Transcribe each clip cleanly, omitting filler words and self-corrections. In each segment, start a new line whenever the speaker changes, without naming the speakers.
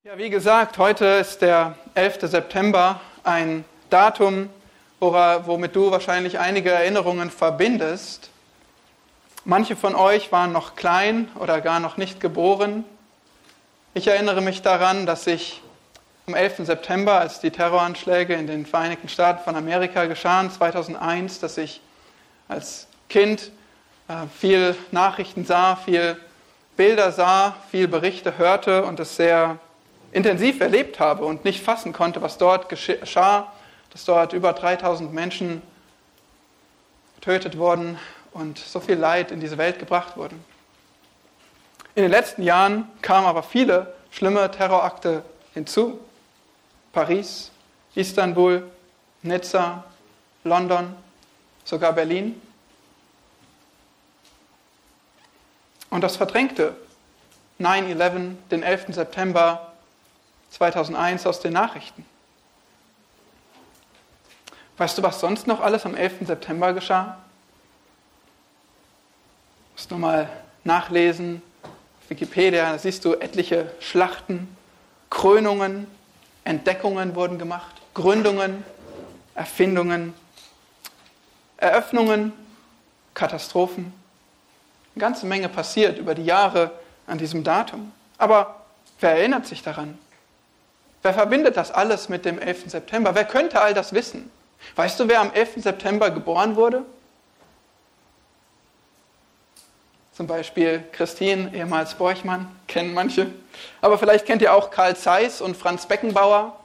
Ja, wie gesagt, heute ist der 11. September, ein Datum, womit du wahrscheinlich einige Erinnerungen verbindest. Manche von euch waren noch klein oder gar noch nicht geboren. Ich erinnere mich daran, dass ich am 11. September, als die Terroranschläge in den Vereinigten Staaten von Amerika geschahen, 2001, dass ich als Kind viel Nachrichten sah, viel Bilder sah, viel Berichte hörte und es sehr intensiv erlebt habe und nicht fassen konnte, was dort geschah, dass dort über 3000 Menschen getötet wurden und so viel Leid in diese Welt gebracht wurden. In den letzten Jahren kamen aber viele schlimme Terrorakte hinzu. Paris, Istanbul, Nizza, London, sogar Berlin. Und das verdrängte 9/11, den 11. September 2001 aus den Nachrichten. Weißt du, was sonst noch alles am 11. September geschah? Du musst nur mal nachlesen auf Wikipedia, da siehst du etliche Schlachten, Krönungen, Entdeckungen wurden gemacht, Gründungen, Erfindungen, Eröffnungen, Katastrophen. Eine ganze Menge passiert über die Jahre an diesem Datum. Aber wer erinnert sich daran? Wer verbindet das alles mit dem 11. September? Wer könnte all das wissen? Weißt du, wer am 11. September geboren wurde? Zum Beispiel Christine, ehemals Borchmann, kennen manche. Aber vielleicht kennt ihr auch Carl Zeiss und Franz Beckenbauer.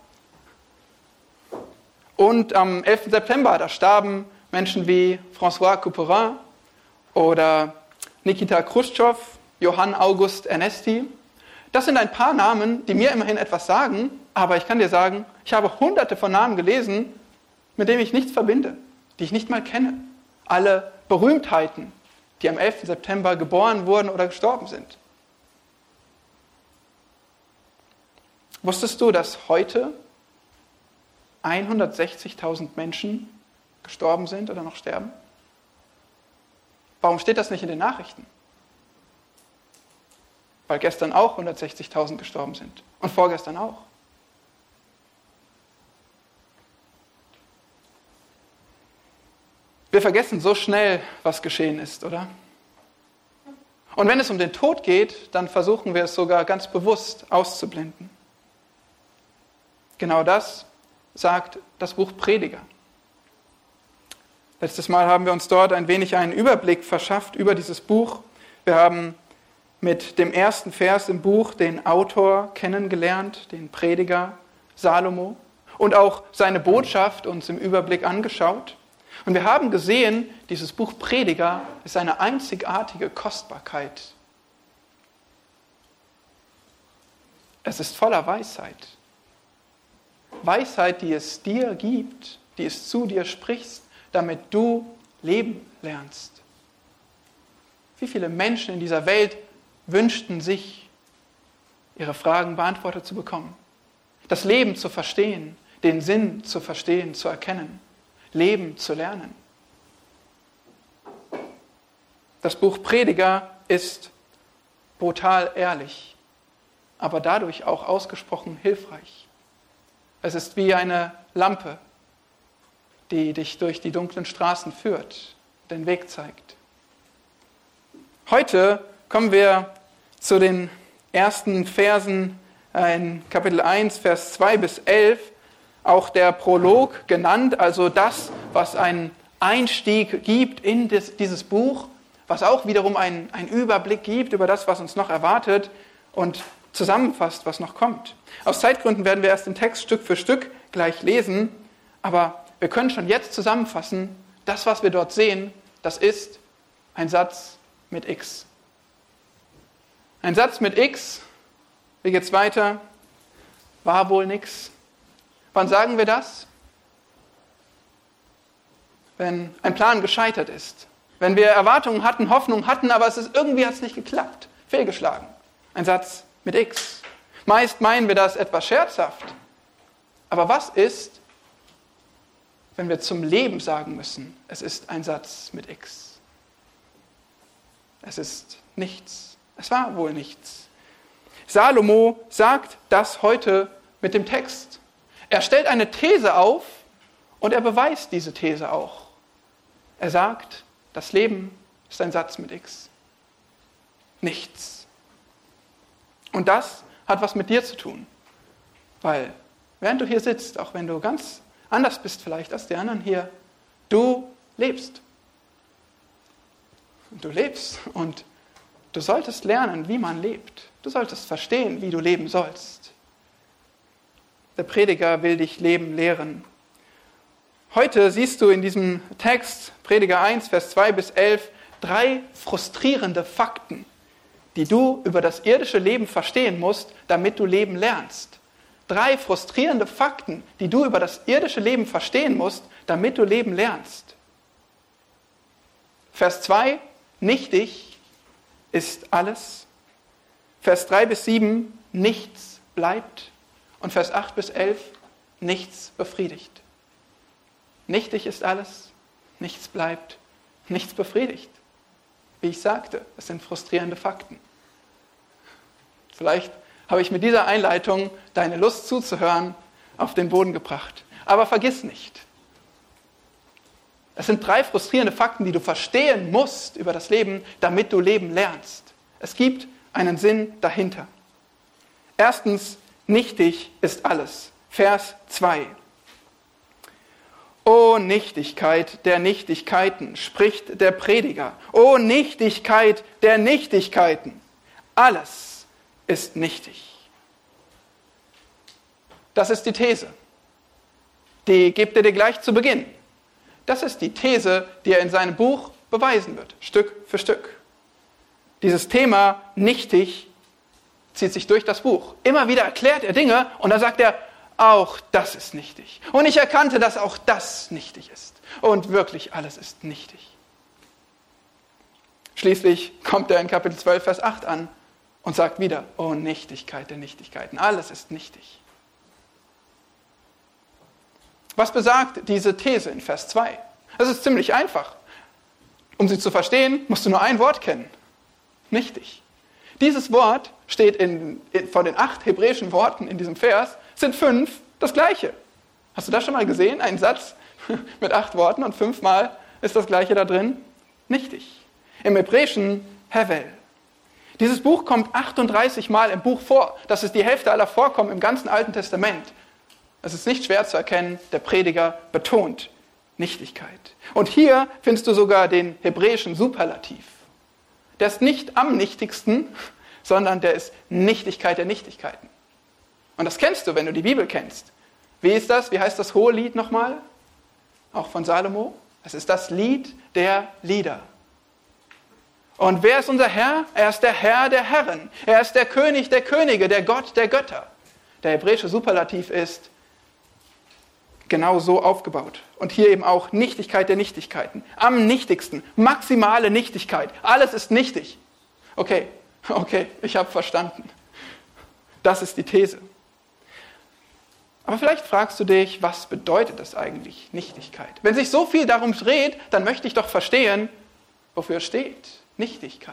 Und am 11. September, da starben Menschen wie François Couperin oder Nikita Khrushchev, Johann August Ernesti. Das sind ein paar Namen, die mir immerhin etwas sagen, aber ich kann dir sagen, ich habe hunderte von Namen gelesen, mit denen ich nichts verbinde, die ich nicht mal kenne. Alle Berühmtheiten, die am 11. September geboren wurden oder gestorben sind. Wusstest du, dass heute 160.000 Menschen gestorben sind oder noch sterben? Warum steht das nicht in den Nachrichten? Weil gestern auch 160.000 gestorben sind und vorgestern auch. Wir vergessen so schnell, was geschehen ist, oder? Und wenn es um den Tod geht, dann versuchen wir es sogar ganz bewusst auszublenden. Genau das sagt das Buch Prediger. Letztes Mal haben wir uns dort ein wenig einen Überblick verschafft über dieses Buch. Wir haben mit dem ersten Vers im Buch den Autor kennengelernt, den Prediger Salomo, und auch seine Botschaft uns im Überblick angeschaut. Und wir haben gesehen, dieses Buch Prediger ist eine einzigartige Kostbarkeit. Es ist voller Weisheit. Weisheit, die es dir gibt, die es zu dir sprichst, damit du leben lernst. Wie viele Menschen in dieser Welt wünschten sich, ihre Fragen beantwortet zu bekommen, das Leben zu verstehen, den Sinn zu verstehen, zu erkennen, Leben zu lernen. Das Buch Prediger ist brutal ehrlich, aber dadurch auch ausgesprochen hilfreich. Es ist wie eine Lampe, die dich durch die dunklen Straßen führt, den Weg zeigt. Heute kommen wir zu den ersten Versen in Kapitel 1, Vers 2 bis 11, auch der Prolog genannt, also das, was einen Einstieg gibt in dieses Buch, was auch wiederum einen Überblick gibt über das, was uns noch erwartet und zusammenfasst, was noch kommt. Aus Zeitgründen werden wir erst den Text Stück für Stück gleich lesen, aber wir können schon jetzt zusammenfassen, das, was wir dort sehen, das ist ein Satz mit X. Ein Satz mit X, wie geht's weiter? War wohl nix. Wann sagen wir das? Wenn ein Plan gescheitert ist. Wenn wir Erwartungen hatten, Hoffnung hatten, aber irgendwie hat es nicht geklappt. Fehlgeschlagen. Ein Satz mit X. Meist meinen wir das etwas scherzhaft. Aber was ist, wenn wir zum Leben sagen müssen, es ist ein Satz mit X? Es ist nichts. Es war wohl nichts. Salomo sagt das heute mit dem Text. Er stellt eine These auf und er beweist diese These auch. Er sagt, das Leben ist ein Satz mit X. Nichts. Und das hat was mit dir zu tun. Weil, während du hier sitzt, auch wenn du ganz anders bist vielleicht als die anderen hier, du lebst. Du lebst und du solltest lernen, wie man lebt. Du solltest verstehen, wie du leben sollst. Der Prediger will dich leben lehren. Heute siehst du in diesem Text, Prediger 1, Vers 2 bis 11, 3 frustrierende Fakten, die du über das irdische Leben verstehen musst, damit du leben lernst. 3 frustrierende Fakten, die du über das irdische Leben verstehen musst, damit du leben lernst. Vers 2, nichtig ist alles. Vers 3 bis 7, nichts bleibt. Und Vers 8 bis 11, nichts befriedigt. Nichtig ist alles, nichts bleibt, nichts befriedigt. Wie ich sagte, es sind frustrierende Fakten. Vielleicht habe ich mit dieser Einleitung deine Lust zuzuhören auf den Boden gebracht. Aber vergiss nicht, es sind 3 frustrierende Fakten, die du verstehen musst über das Leben, damit du leben lernst. Es gibt einen Sinn dahinter. Erstens, nichtig ist alles. Vers 2. O Nichtigkeit der Nichtigkeiten, spricht der Prediger. O Nichtigkeit der Nichtigkeiten. Alles ist nichtig. Das ist die These. Die gibt er dir gleich zu Beginn. Das ist die These, die er in seinem Buch beweisen wird, Stück für Stück. Dieses Thema nichtig zieht sich durch das Buch. Immer wieder erklärt er Dinge und dann sagt er, auch das ist nichtig. Und ich erkannte, dass auch das nichtig ist. Und wirklich alles ist nichtig. Schließlich kommt er in Kapitel 12, Vers 8 an und sagt wieder, oh Nichtigkeit der Nichtigkeiten, alles ist nichtig. Was besagt diese These in Vers 2? Das ist ziemlich einfach. Um sie zu verstehen, musst du nur ein Wort kennen. Nichtig. Dieses Wort steht von den 8 hebräischen Worten in diesem Vers, sind 5 das Gleiche. Hast du das schon mal gesehen? Ein Satz mit 8 Worten und 5-mal ist das Gleiche da drin? Nichtig. Im Hebräischen Hevel. Dieses Buch kommt 38 Mal im Buch vor. Das ist die Hälfte aller Vorkommen im ganzen Alten Testament. Es ist nicht schwer zu erkennen, der Prediger betont Nichtigkeit. Und hier findest du sogar den hebräischen Superlativ. Der ist nicht am nichtigsten, sondern der ist Nichtigkeit der Nichtigkeiten. Und das kennst du, wenn du die Bibel kennst. Wie ist das? Wie heißt das hohe Lied nochmal? Auch von Salomo. Es ist das Lied der Lieder. Und wer ist unser Herr? Er ist der Herr der Herren. Er ist der König der Könige, der Gott der Götter. Der hebräische Superlativ ist genau so aufgebaut. Und hier eben auch Nichtigkeit der Nichtigkeiten. Am nichtigsten, maximale Nichtigkeit. Alles ist nichtig. Okay, ich habe verstanden. Das ist die These. Aber vielleicht fragst du dich, was bedeutet das eigentlich, Nichtigkeit? Wenn sich so viel darum dreht, dann möchte ich doch verstehen, wofür es steht. Nichtigkeit.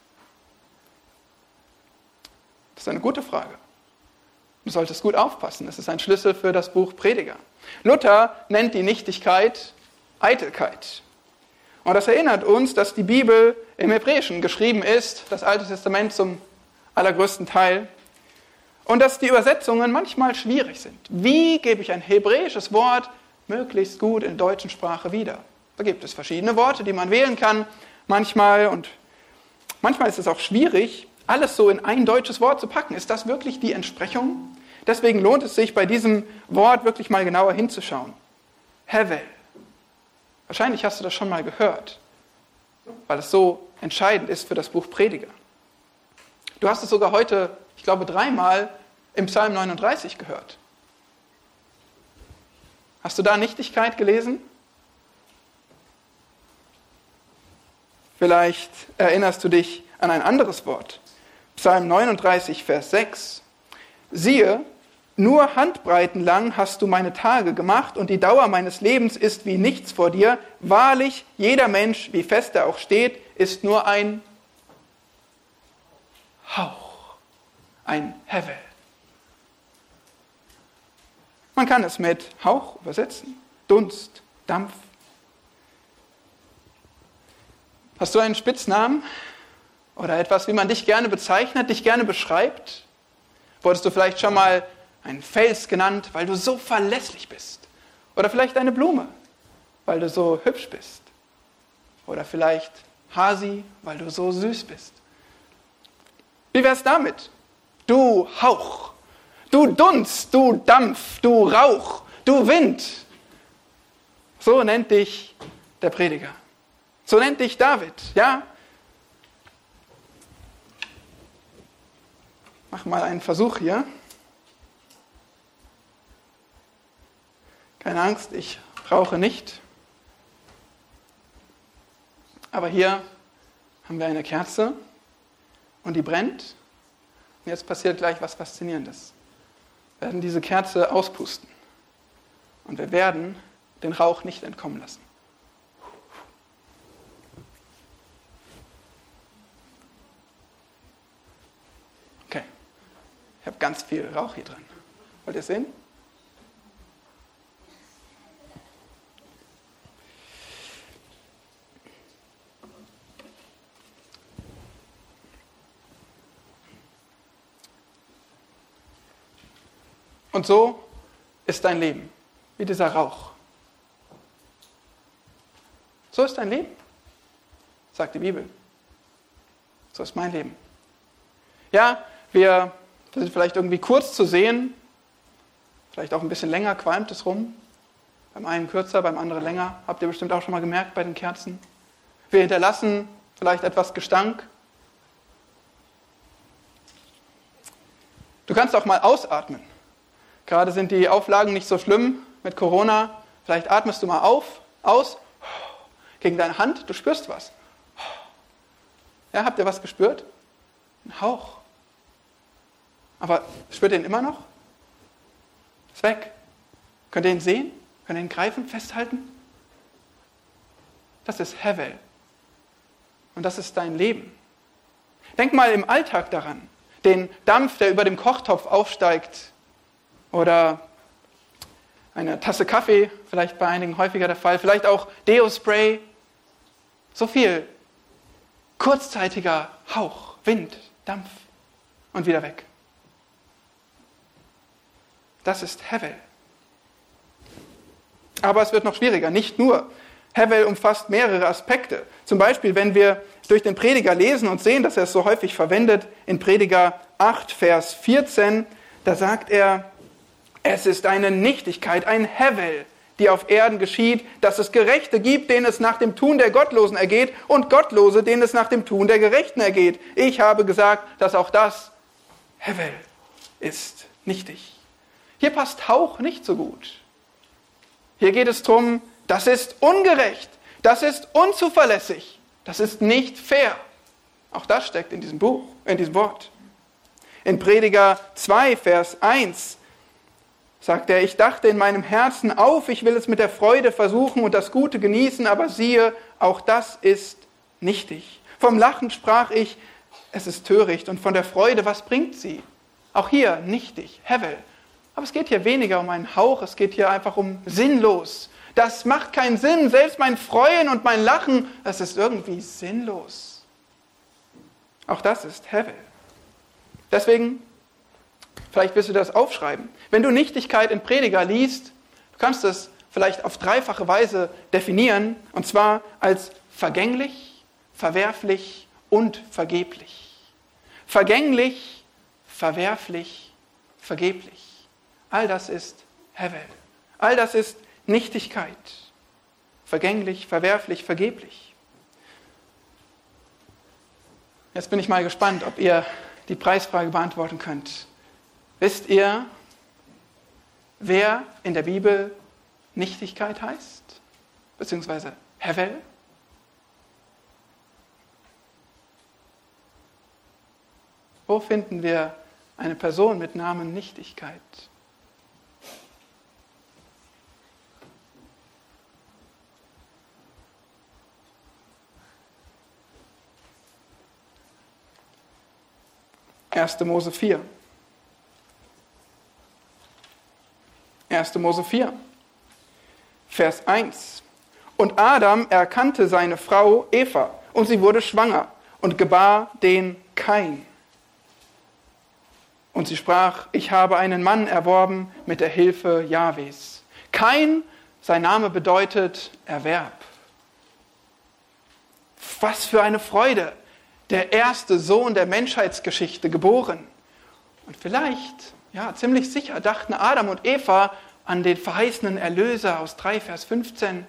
Das ist eine gute Frage. Du solltest gut aufpassen. Es ist ein Schlüssel für das Buch Prediger. Luther nennt die Nichtigkeit Eitelkeit. Und das erinnert uns, dass die Bibel im Hebräischen geschrieben ist, das Alte Testament zum allergrößten Teil, und dass die Übersetzungen manchmal schwierig sind. Wie gebe ich ein hebräisches Wort möglichst gut in der deutschen Sprache wieder? Da gibt es verschiedene Worte, die man wählen kann, manchmal, und manchmal ist es auch schwierig, alles so in ein deutsches Wort zu packen. Ist das wirklich die Entsprechung? Deswegen lohnt es sich, bei diesem Wort wirklich mal genauer hinzuschauen. Hevel. Wahrscheinlich hast du das schon mal gehört, weil es so entscheidend ist für das Buch Prediger. Du hast es sogar heute, ich glaube, 3-mal im Psalm 39 gehört. Hast du da Nichtigkeit gelesen? Vielleicht erinnerst du dich an ein anderes Wort. Psalm 39, Vers 6. Siehe, nur Handbreiten lang hast du meine Tage gemacht und die Dauer meines Lebens ist wie nichts vor dir. Wahrlich, jeder Mensch, wie fest er auch steht, ist nur ein Hauch. ein Hevel. Man kann es mit Hauch übersetzen, Dunst, Dampf. Hast du einen Spitznamen oder etwas, wie man dich gerne bezeichnet, dich gerne beschreibt? Wurdest du vielleicht schon mal ein Fels genannt, weil du so verlässlich bist? Oder vielleicht eine Blume, weil du so hübsch bist? Oder vielleicht Hasi, weil du so süß bist? Wie wär's damit? Du Hauch, du Dunst, du Dampf, du Rauch, du Wind. So nennt dich der Prediger. So nennt dich David, ja? Mach mal einen Versuch hier. Keine Angst, ich rauche nicht. Aber hier haben wir eine Kerze und die brennt. Und jetzt passiert gleich was Faszinierendes. Wir werden diese Kerze auspusten. Und wir werden den Rauch nicht entkommen lassen. Okay, ich habe ganz viel Rauch hier drin. Wollt ihr es sehen? Und so ist dein Leben, wie dieser Rauch. So ist dein Leben, sagt die Bibel. So ist mein Leben. Ja, wir sind vielleicht irgendwie kurz zu sehen, vielleicht auch ein bisschen länger qualmt es rum. Beim einen kürzer, beim anderen länger. Habt ihr bestimmt auch schon mal gemerkt bei den Kerzen. Wir hinterlassen vielleicht etwas Gestank. Du kannst auch mal ausatmen. Gerade sind die Auflagen nicht so schlimm mit Corona. Vielleicht atmest du mal aus, gegen deine Hand, du spürst was. Ja, habt ihr was gespürt? Ein Hauch. Aber spürt ihr ihn immer noch? Ist weg. Könnt ihr ihn sehen? Könnt ihr ihn greifen, festhalten? Das ist Hevel. Und das ist dein Leben. Denk mal im Alltag daran. Den Dampf, der über dem Kochtopf aufsteigt. Oder eine Tasse Kaffee, vielleicht bei einigen häufiger der Fall. Vielleicht auch Deo-Spray. So viel kurzzeitiger Hauch, Wind, Dampf und wieder weg. Das ist Hevel. Aber es wird noch schwieriger. Nicht nur. Hevel umfasst mehrere Aspekte. Zum Beispiel, wenn wir durch den Prediger lesen und sehen, dass er es so häufig verwendet, in Prediger 8, Vers 14, da sagt er, es ist eine Nichtigkeit, ein Hevel, die auf Erden geschieht, dass es Gerechte gibt, denen es nach dem Tun der Gottlosen ergeht, und Gottlose, denen es nach dem Tun der Gerechten ergeht. Ich habe gesagt, dass auch das Hevel ist, nichtig. Hier passt Hauch nicht so gut. Hier geht es darum, das ist ungerecht, das ist unzuverlässig, das ist nicht fair. Auch das steckt in diesem Buch, in diesem Wort. In Prediger 2, Vers 1 sagt er, ich dachte in meinem Herzen auf, ich will es mit der Freude versuchen und das Gute genießen, aber siehe, auch das ist nichtig. Vom Lachen sprach ich, es ist töricht, und von der Freude, was bringt sie? Auch hier nichtig, Hevel. Aber es geht hier weniger um einen Hauch, es geht hier einfach um sinnlos. Das macht keinen Sinn, selbst mein Freuen und mein Lachen, das ist irgendwie sinnlos. Auch das ist Hevel. Deswegen, vielleicht wirst du das aufschreiben. Wenn du Nichtigkeit in Prediger liest, du kannst es vielleicht auf dreifache Weise definieren, und zwar als vergänglich, verwerflich und vergeblich. Vergänglich, verwerflich, vergeblich. All das ist Hevel. All das ist Nichtigkeit. Vergänglich, verwerflich, vergeblich. Jetzt bin ich mal gespannt, ob ihr die Preisfrage beantworten könnt. Wisst ihr, wer in der Bibel Nichtigkeit heißt? Beziehungsweise Hevel? Wo finden wir eine Person mit Namen Nichtigkeit? Erste Mose 4. 1. Mose 4, Vers 1. Und Adam erkannte seine Frau Eva, und sie wurde schwanger und gebar den Kain. Und sie sprach, ich habe einen Mann erworben mit der Hilfe Jahwes. Kain, sein Name bedeutet Erwerb. Was für eine Freude! Der erste Sohn der Menschheitsgeschichte geboren. Und vielleicht, ja, ziemlich sicher, dachten Adam und Eva an den verheißenen Erlöser aus 3, Vers 15.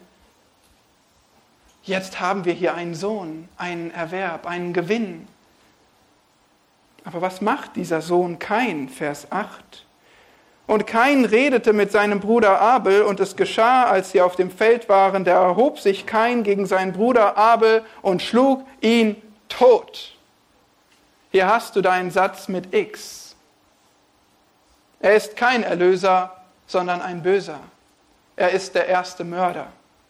Jetzt haben wir hier einen Sohn, einen Erwerb, einen Gewinn. Aber was macht dieser Sohn Kain? Vers 8. Und Kain redete mit seinem Bruder Abel, und es geschah, als sie auf dem Feld waren, da erhob sich Kain gegen seinen Bruder Abel und schlug ihn tot. Hier hast du deinen Satz mit X. Er ist kein Erlöser, sondern ein Böser. Er ist der erste Mörder.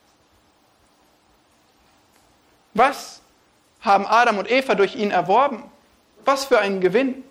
Was haben Adam und Eva durch ihn erworben? Was für einen Gewinn?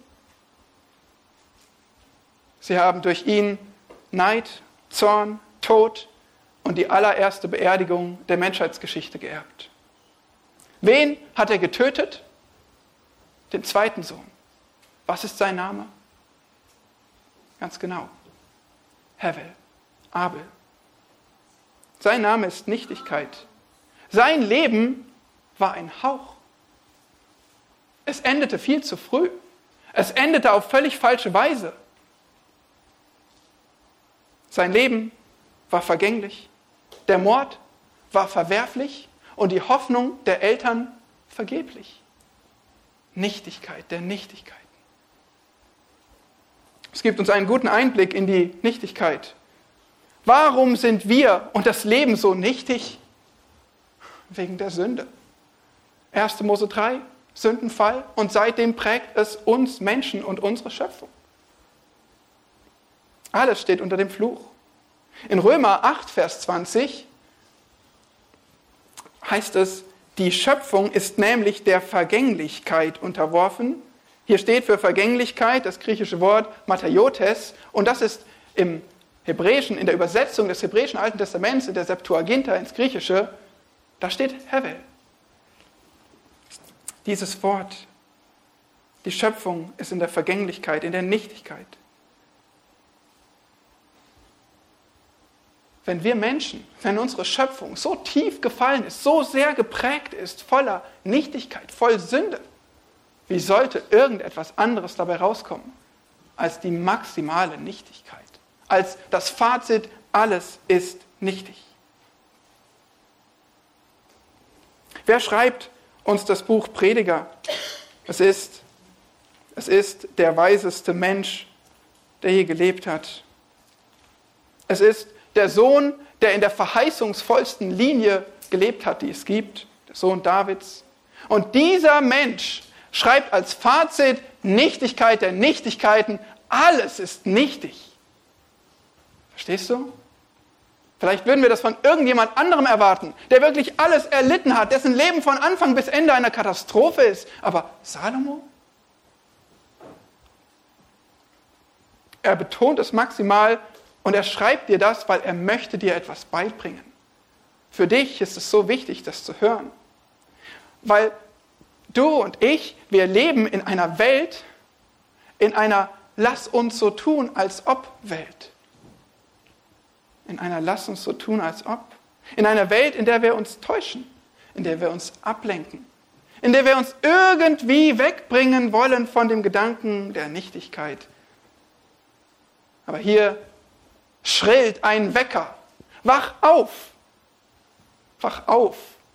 Sie haben durch ihn Neid, Zorn, Tod und die allererste Beerdigung der Menschheitsgeschichte geerbt. Wen hat er getötet? Den zweiten Sohn. Was ist sein Name? Ganz genau. Hevel, Abel. Sein Name ist Nichtigkeit. Sein Leben war ein Hauch. Es endete viel zu früh. Es endete auf völlig falsche Weise. Sein Leben war vergänglich. Der Mord war verwerflich und die Hoffnung der Eltern vergeblich. Nichtigkeit der Nichtigkeiten. Es gibt uns einen guten Einblick in die Nichtigkeit. Warum sind wir und das Leben so nichtig? Wegen der Sünde. 1. Mose 3, Sündenfall, und seitdem prägt es uns Menschen und unsere Schöpfung. Alles steht unter dem Fluch. In Römer 8, Vers 20 heißt es, die Schöpfung ist nämlich der Vergänglichkeit unterworfen. Hier steht für Vergänglichkeit das griechische Wort Mataiotes, und das ist im Hebräischen, in der Übersetzung des hebräischen Alten Testaments, in der Septuaginta ins Griechische, da steht Hevel. Dieses Wort, die Schöpfung ist in der Vergänglichkeit, in der Nichtigkeit. Wenn wir Menschen, wenn unsere Schöpfung so tief gefallen ist, so sehr geprägt ist, voller Nichtigkeit, voll Sünde, wie sollte irgendetwas anderes dabei rauskommen als die maximale Nichtigkeit? Als das Fazit, alles ist nichtig. Wer schreibt uns das Buch Prediger? Es ist der weiseste Mensch, der je gelebt hat. Es ist der Sohn, der in der verheißungsvollsten Linie gelebt hat, die es gibt, der Sohn Davids. Und dieser Mensch schreibt als Fazit Nichtigkeit der Nichtigkeiten, alles ist nichtig. Verstehst du? Vielleicht würden wir das von irgendjemand anderem erwarten, der wirklich alles erlitten hat, dessen Leben von Anfang bis Ende eine Katastrophe ist. Aber Salomo? Er betont es maximal und er schreibt dir das, weil er möchte dir etwas beibringen. Für dich ist es so wichtig, das zu hören. Weil du und ich, wir leben in einer Welt, in einer Lass uns so tun, als ob Welt. In einer Lass uns so tun, als ob. In einer Welt, in der wir uns täuschen, in der wir uns ablenken, in der wir uns irgendwie wegbringen wollen von dem Gedanken der Nichtigkeit. Aber hier schrillt ein Wecker. Wach auf! Wach auf!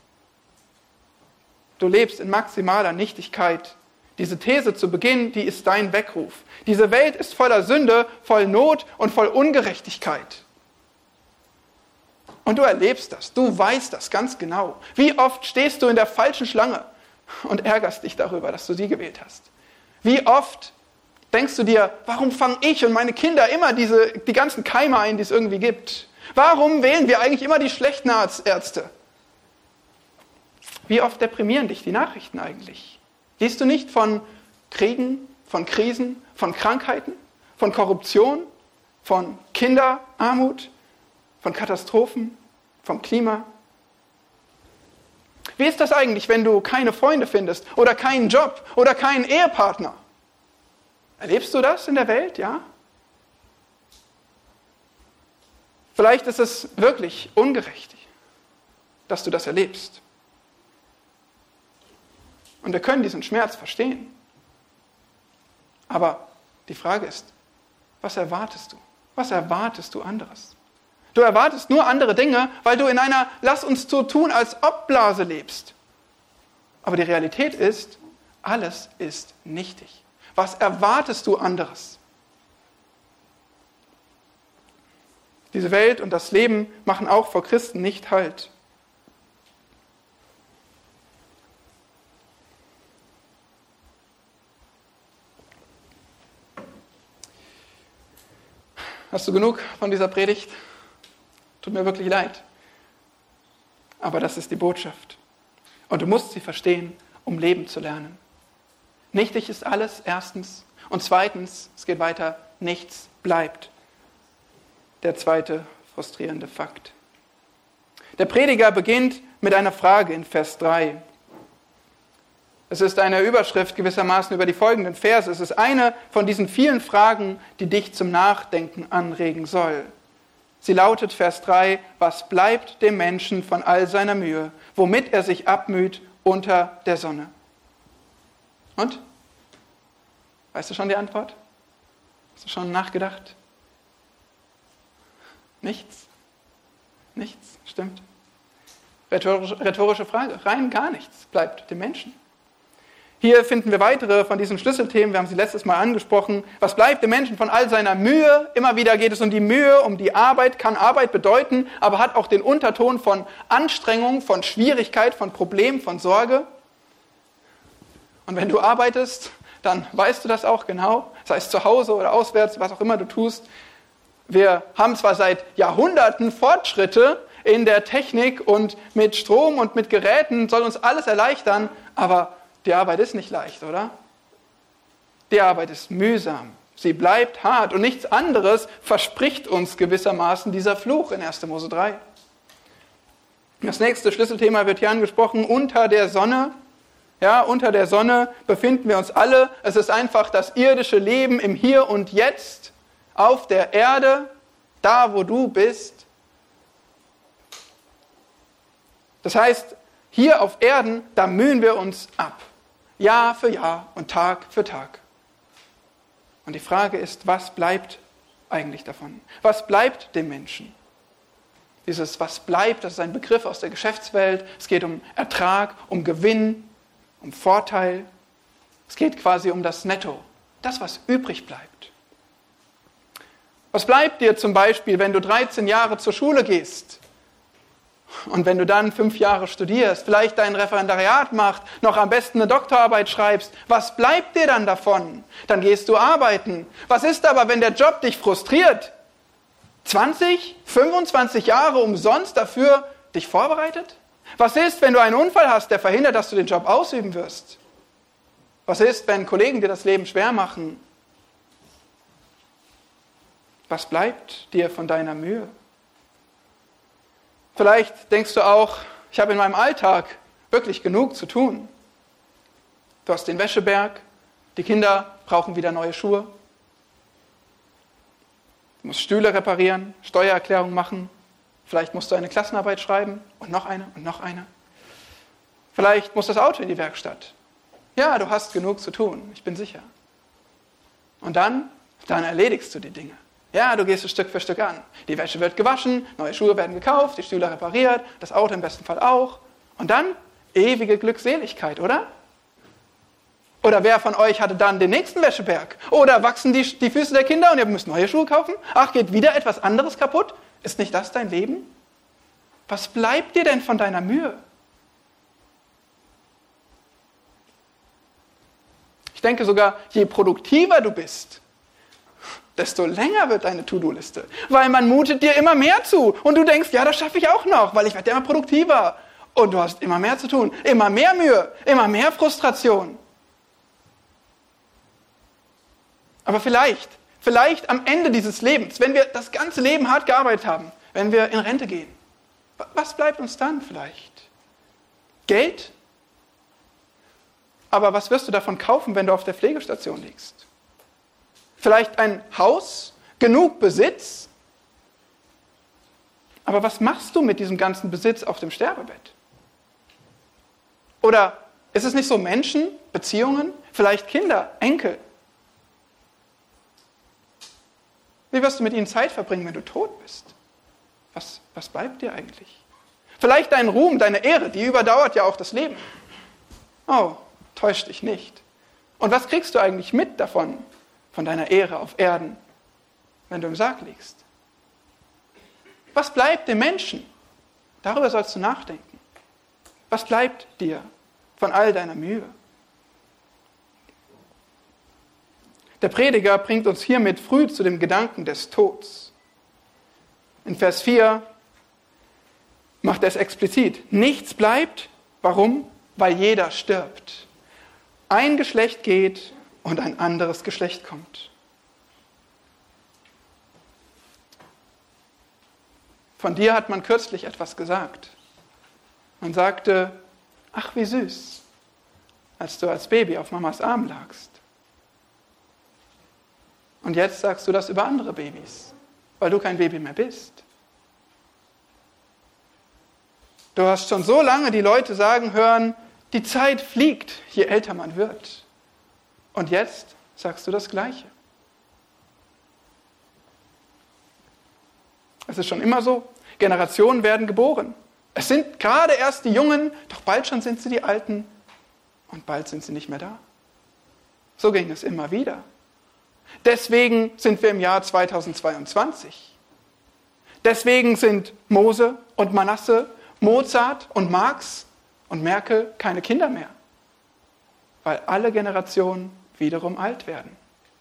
Du lebst in maximaler Nichtigkeit. Diese These zu Beginn, die ist dein Weckruf. Diese Welt ist voller Sünde, voll Not und voll Ungerechtigkeit. Und du erlebst das, du weißt das ganz genau. Wie oft stehst du in der falschen Schlange und ärgerst dich darüber, dass du sie gewählt hast? Wie oft denkst du dir, warum fangen ich und meine Kinder immer die ganzen Keime ein, die es irgendwie gibt? Warum wählen wir eigentlich immer die schlechten Ärzte? Wie oft deprimieren dich die Nachrichten eigentlich? Liest du nicht von Kriegen, von Krisen, von Krankheiten, von Korruption, von Kinderarmut, von Katastrophen, vom Klima? Wie ist das eigentlich, wenn du keine Freunde findest oder keinen Job oder keinen Ehepartner? Erlebst du das in der Welt, ja? Vielleicht ist es wirklich ungerecht, dass du das erlebst. Und wir können diesen Schmerz verstehen. Aber die Frage ist, was erwartest du? Was erwartest du anderes? Du erwartest nur andere Dinge, weil du in einer Lass uns so tun, als ob Blase lebst. Aber die Realität ist, alles ist nichtig. Was erwartest du anderes? Diese Welt und das Leben machen auch vor Christen nicht Halt. Hast du genug von dieser Predigt? Tut mir wirklich leid. Aber das ist die Botschaft. Und du musst sie verstehen, um leben zu lernen. Nichtig ist alles, erstens. Und zweitens, es geht weiter, nichts bleibt. Der zweite frustrierende Fakt. Der Prediger beginnt mit einer Frage in Vers 3. Es ist eine Überschrift gewissermaßen über die folgenden Verse. Es ist eine von diesen vielen Fragen, die dich zum Nachdenken anregen soll. Sie lautet, Vers 3, was bleibt dem Menschen von all seiner Mühe, womit er sich abmüht unter der Sonne? Und? Weißt du schon die Antwort? Hast du schon nachgedacht? Nichts? Nichts, stimmt. Rhetorische Frage. Rein gar nichts bleibt dem Menschen. Hier finden wir weitere von diesen Schlüsselthemen, wir haben sie letztes Mal angesprochen. Was bleibt dem Menschen von all seiner Mühe? Immer wieder geht es um die Mühe, um die Arbeit, kann Arbeit bedeuten, aber hat auch den Unterton von Anstrengung, von Schwierigkeit, von Problem, von Sorge. Und wenn du arbeitest, dann weißt du das auch genau, sei es zu Hause oder auswärts, was auch immer du tust. Wir haben zwar seit Jahrhunderten Fortschritte in der Technik und mit Strom und mit Geräten soll uns alles erleichtern, aber die Arbeit ist nicht leicht, oder? Die Arbeit ist mühsam. Sie bleibt hart und nichts anderes verspricht uns gewissermaßen dieser Fluch in 1. Mose 3. Das nächste Schlüsselthema wird hier angesprochen, unter der Sonne. Ja, unter der Sonne befinden wir uns alle. Es ist einfach das irdische Leben im Hier und Jetzt, auf der Erde, da wo du bist. Das heißt, hier auf Erden, da mühen wir uns ab. Jahr für Jahr und Tag für Tag. Und die Frage ist, was bleibt eigentlich davon? Was bleibt dem Menschen? Dieses was bleibt, das ist ein Begriff aus der Geschäftswelt. Es geht um Ertrag, um Gewinn, um Vorteil. Es geht quasi um das Netto, das, was übrig bleibt. Was bleibt dir zum Beispiel, wenn du 13 Jahre zur Schule gehst? Und wenn du dann 5 Jahre studierst, vielleicht dein Referendariat machst, noch am besten eine Doktorarbeit schreibst, was bleibt dir dann davon? Dann gehst du arbeiten. Was ist aber, wenn der Job dich frustriert? 20, 25 Jahre umsonst dafür dich vorbereitet? Was ist, wenn du einen Unfall hast, der verhindert, dass du den Job ausüben wirst? Was ist, wenn Kollegen dir das Leben schwer machen? Was bleibt dir von deiner Mühe? Vielleicht denkst du auch, ich habe in meinem Alltag wirklich genug zu tun. Du hast den Wäscheberg, die Kinder brauchen wieder neue Schuhe. Du musst Stühle reparieren, Steuererklärung machen. Vielleicht musst du eine Klassenarbeit schreiben und noch eine und noch eine. Vielleicht muss das Auto in die Werkstatt. Ja, du hast genug zu tun, ich bin sicher. Und dann erledigst du die Dinge. Ja, du gehst es Stück für Stück an. Die Wäsche wird gewaschen, neue Schuhe werden gekauft, die Stühle repariert, das Auto im besten Fall auch. Und dann ewige Glückseligkeit, oder? Oder wer von euch hatte dann den nächsten Wäscheberg? Oder wachsen die Füße der Kinder und ihr müsst neue Schuhe kaufen? Ach, geht wieder etwas anderes kaputt? Ist nicht das dein Leben? Was bleibt dir denn von deiner Mühe? Ich denke sogar, je produktiver du bist, desto länger wird deine To-Do-Liste. Weil man mutet dir immer mehr zu. Und du denkst, ja, das schaffe ich auch noch, weil ich werde immer produktiver. Und du hast immer mehr zu tun, immer mehr Mühe, immer mehr Frustration. Aber vielleicht Vielleicht am Ende dieses Lebens, wenn wir das ganze Leben hart gearbeitet haben, wenn wir in Rente gehen. Was bleibt uns dann vielleicht? Geld? Aber was wirst du davon kaufen, wenn du auf der Pflegestation liegst? Vielleicht ein Haus? Genug Besitz? Aber was machst du mit diesem ganzen Besitz auf dem Sterbebett? Oder ist es nicht so Menschen, Beziehungen, vielleicht Kinder, Enkel? Wie wirst du mit ihnen Zeit verbringen, wenn du tot bist? Was bleibt dir eigentlich? Vielleicht dein Ruhm, deine Ehre, die überdauert ja auch das Leben. Oh, täusch dich nicht. Und was kriegst du eigentlich mit davon, von deiner Ehre auf Erden, wenn du im Sarg liegst? Was bleibt dem Menschen? Darüber sollst du nachdenken. Was bleibt dir von all deiner Mühe? Der Prediger bringt uns hiermit früh zu dem Gedanken des Todes. In Vers 4 macht er es explizit. Nichts bleibt. Warum? Weil jeder stirbt. Ein Geschlecht geht und ein anderes Geschlecht kommt. Von dir hat man kürzlich etwas gesagt. Man sagte, ach wie süß, als du als Baby auf Mamas Arm lagst. Und jetzt sagst du das über andere Babys, weil du kein Baby mehr bist. Du hast schon so lange die Leute sagen hören, die Zeit fliegt, je älter man wird. Und jetzt sagst du das Gleiche. Es ist schon immer so, Generationen werden geboren. Es sind gerade erst die Jungen, doch bald schon sind sie die Alten und bald sind sie nicht mehr da. So ging es immer wieder. Deswegen sind wir im Jahr 2022. Deswegen sind Mose und Manasse, Mozart und Marx und Merkel keine Kinder mehr. Weil alle Generationen wiederum alt werden.